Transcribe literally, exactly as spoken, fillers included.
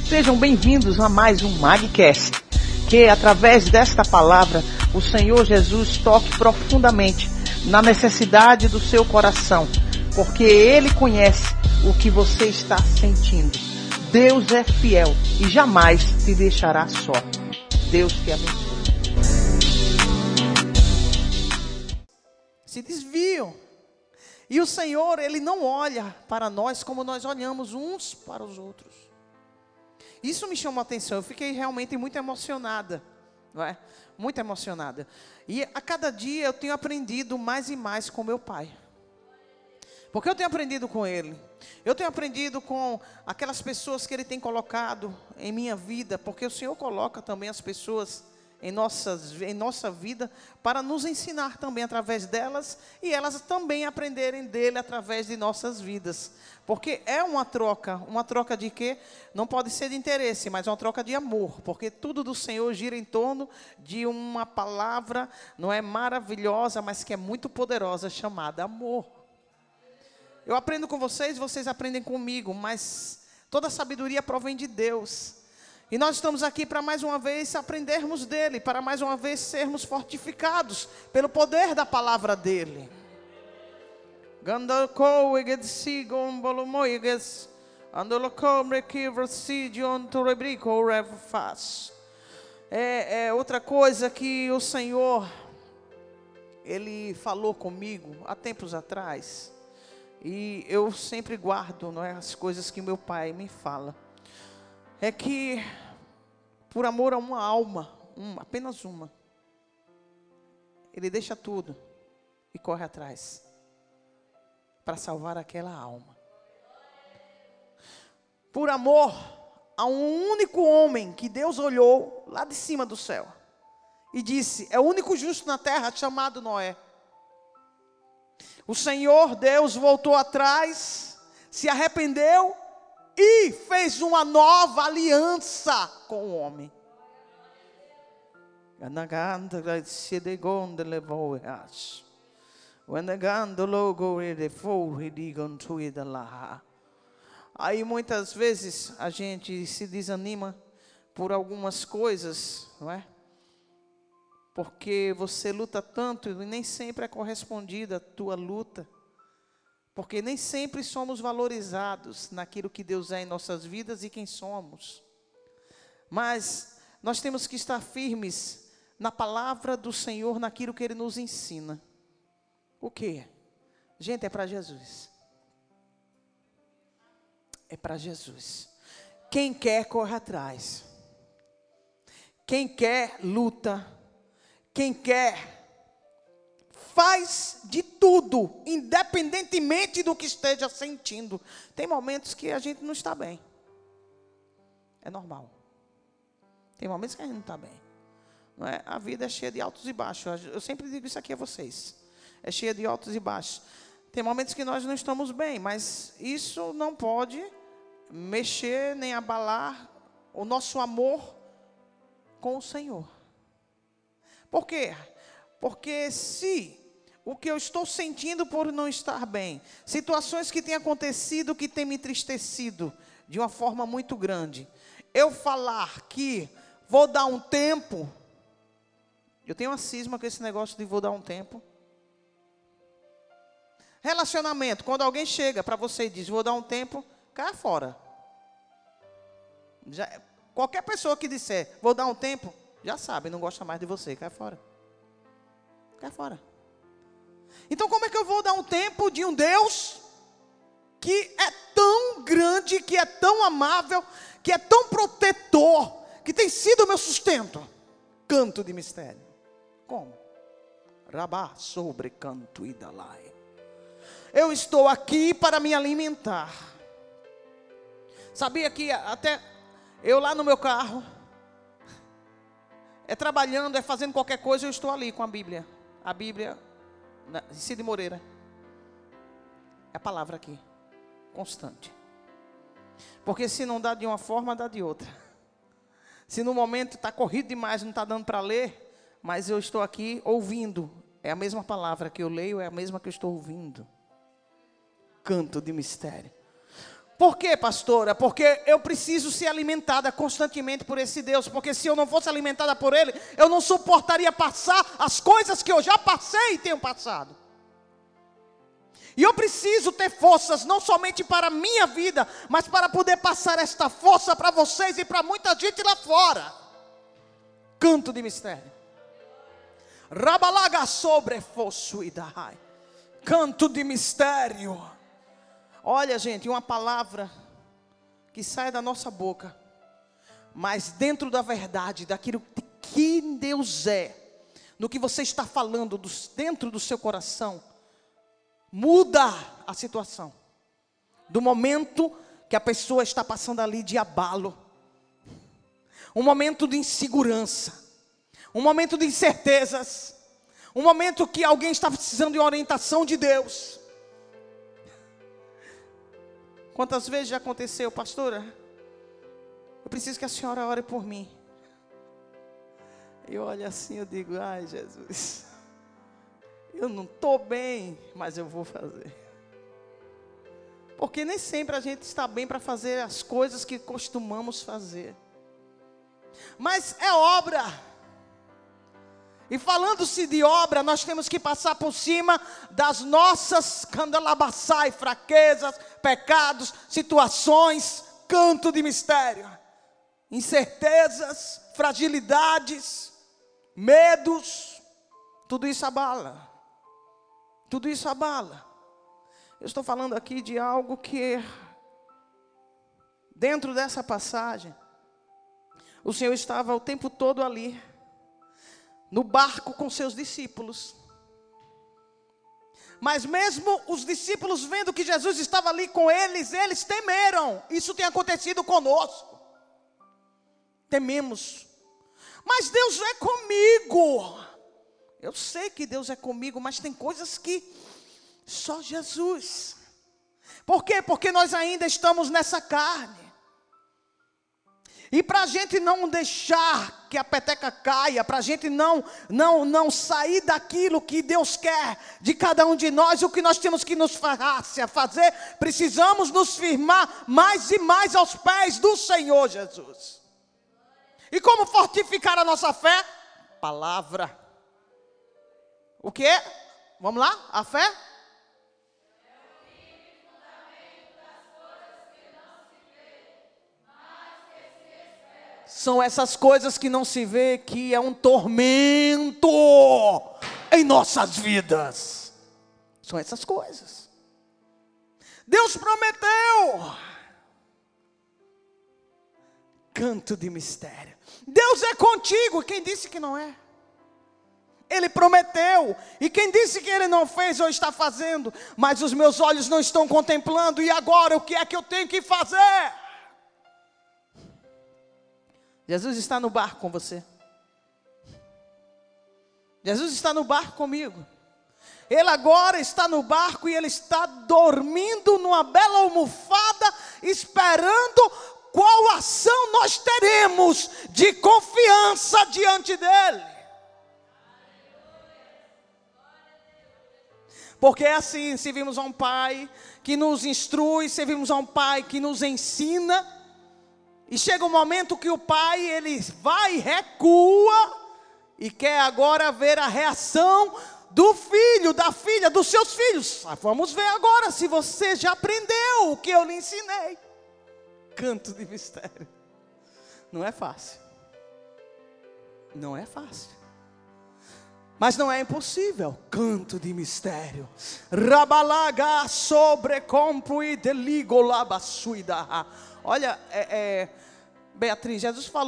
Sejam bem-vindos a mais um MagCast, que através desta palavra o Senhor Jesus toque profundamente na necessidade do seu coração, porque Ele conhece o que você está sentindo. Deus é fiel e jamais te deixará só. Deus te abençoe. Se desviam. E o Senhor, Ele não olha para nós como nós olhamos uns para os outros. Isso me chamou a atenção, eu fiquei realmente muito emocionada, não é? Muito emocionada. E a cada dia eu tenho aprendido mais e mais com meu pai. Porque eu tenho aprendido com ele. Eu tenho aprendido com aquelas pessoas que ele tem colocado em minha vida. Porque o Senhor coloca também as pessoas em, nossas, em nossa vida para nos ensinar também através delas. E elas também aprenderem dele através de nossas vidas. Porque é uma troca. Uma troca de quê? Não pode ser de interesse, mas uma troca de amor. Porque tudo do Senhor gira em torno de uma palavra, não é maravilhosa, mas que é muito poderosa, chamada amor. Eu aprendo com vocês, vocês aprendem comigo, mas toda a sabedoria provém de Deus. E nós estamos aqui para mais uma vez aprendermos dele, para mais uma vez sermos fortificados pelo poder da palavra dele. É, é outra coisa que o Senhor, Ele falou comigo há tempos atrás. E eu sempre guardo, não é, as coisas que meu pai me fala. É que, por amor a uma alma, uma, apenas uma, ele deixa tudo e corre atrás para salvar aquela alma. Por amor a um único homem que Deus olhou lá de cima do céu e disse: é o único justo na terra, chamado Noé. O Senhor Deus voltou atrás, se arrependeu e fez uma nova aliança com o homem. Aí muitas vezes a gente se desanima por algumas coisas, não é? Porque você luta tanto e nem sempre é correspondida a tua luta. Porque nem sempre somos valorizados naquilo que Deus é em nossas vidas e quem somos. Mas nós temos que estar firmes na palavra do Senhor, naquilo que Ele nos ensina. O quê? Gente, é para Jesus. É para Jesus. Quem quer, corre atrás. Quem quer, luta. Quem quer, faz de tudo, independentemente do que esteja sentindo. Tem momentos que a gente não está bem. É normal. Tem momentos que a gente não está bem. Não é? A vida é cheia de altos e baixos. Eu sempre digo isso aqui a vocês. É cheia de altos e baixos. Tem momentos que nós não estamos bem, mas isso não pode mexer nem abalar o nosso amor com o Senhor. Por quê? Porque se o que eu estou sentindo por não estar bem, situações que têm acontecido, que têm me entristecido de uma forma muito grande, eu falar que vou dar um tempo, eu tenho uma cisma com esse negócio de vou dar um tempo. Relacionamento, quando alguém chega para você e diz vou dar um tempo, cai fora. Já, qualquer pessoa que disser vou dar um tempo, já sabe, não gosta mais de você, cai fora. Cai fora. Então como é que eu vou dar um tempo de um Deus que é tão grande, que é tão amável, que é tão protetor, que tem sido o meu sustento? Canto de mistério. Como? Rabá sobre canto e dalai. Eu estou aqui para me alimentar. Sabia que até eu lá no meu carro, é trabalhando, é fazendo qualquer coisa, eu estou ali com a Bíblia. A Bíblia, Cid Moreira. É a palavra aqui, constante. Porque se não dá de uma forma, dá de outra. Se no momento está corrido demais, não está dando para ler, mas eu estou aqui ouvindo. É a mesma palavra que eu leio, é a mesma que eu estou ouvindo. Canto de mistério. Por quê, pastora? Porque eu preciso ser alimentada constantemente por esse Deus. Porque se eu não fosse alimentada por Ele, eu não suportaria passar as coisas que eu já passei e tenho passado. E eu preciso ter forças, não somente para a minha vida, mas para poder passar esta força para vocês e para muita gente lá fora. Canto de mistério. Rabalaga sobre fossuidai. Canto de mistério. Olha, gente, uma palavra que sai da nossa boca, mas dentro da verdade, daquilo que Deus é, no que você está falando, do, dentro do seu coração, muda a situação. Do momento que a pessoa está passando ali de abalo, um momento de insegurança, um momento de incertezas, um momento que alguém está precisando de orientação de Deus. Quantas vezes já aconteceu, pastora? Eu preciso que a senhora ore por mim. Eu olho assim, eu digo, ai Jesus, eu não estou bem, mas eu vou fazer. Porque nem sempre a gente está bem para fazer as coisas que costumamos fazer. Mas é obra. E falando-se de obra, nós temos que passar por cima das nossas candalabaçai, fraquezas, pecados, situações, canto de mistério, incertezas, fragilidades, medos, tudo isso abala, tudo isso abala. Eu estou falando aqui de algo que, dentro dessa passagem, o Senhor estava o tempo todo ali, no barco com seus discípulos. Mas mesmo os discípulos vendo que Jesus estava ali com eles, eles temeram. Isso tem acontecido conosco. Tememos. Mas Deus é comigo. Eu sei que Deus é comigo, mas tem coisas que só Jesus. Por quê? Porque nós ainda estamos nessa carne. E para a gente não deixar que a peteca caia, para a gente não, não, não sair daquilo que Deus quer de cada um de nós, o que nós temos que nos fazer, precisamos nos firmar mais e mais aos pés do Senhor Jesus. E como fortificar a nossa fé? Palavra. O que é? Vamos lá? A fé? São essas coisas que não se vê, que é um tormento em nossas vidas. São essas coisas. Deus prometeu. Canto de mistério. Deus é contigo. Quem disse que não é? Ele prometeu. E quem disse que Ele não fez ou está fazendo? Mas os meus olhos não estão contemplando. E agora o que é que eu tenho que fazer? Jesus está no barco com você. Jesus está no barco comigo. Ele agora está no barco e Ele está dormindo numa bela almofada, esperando qual ação nós teremos de confiança diante dEle. Porque é assim, servimos a um Pai que nos instrui, servimos a um Pai que nos ensina. E chega um momento que o pai, ele vai, recua, e quer agora ver a reação do filho, da filha, dos seus filhos. Vamos ver agora se você já aprendeu o que eu lhe ensinei. Canto de mistério. Não é fácil. Não é fácil. Mas não é impossível. Canto de mistério. Rabalaga sobre compro e deligo labassuida. Olha, é, é, Beatriz, Jesus falou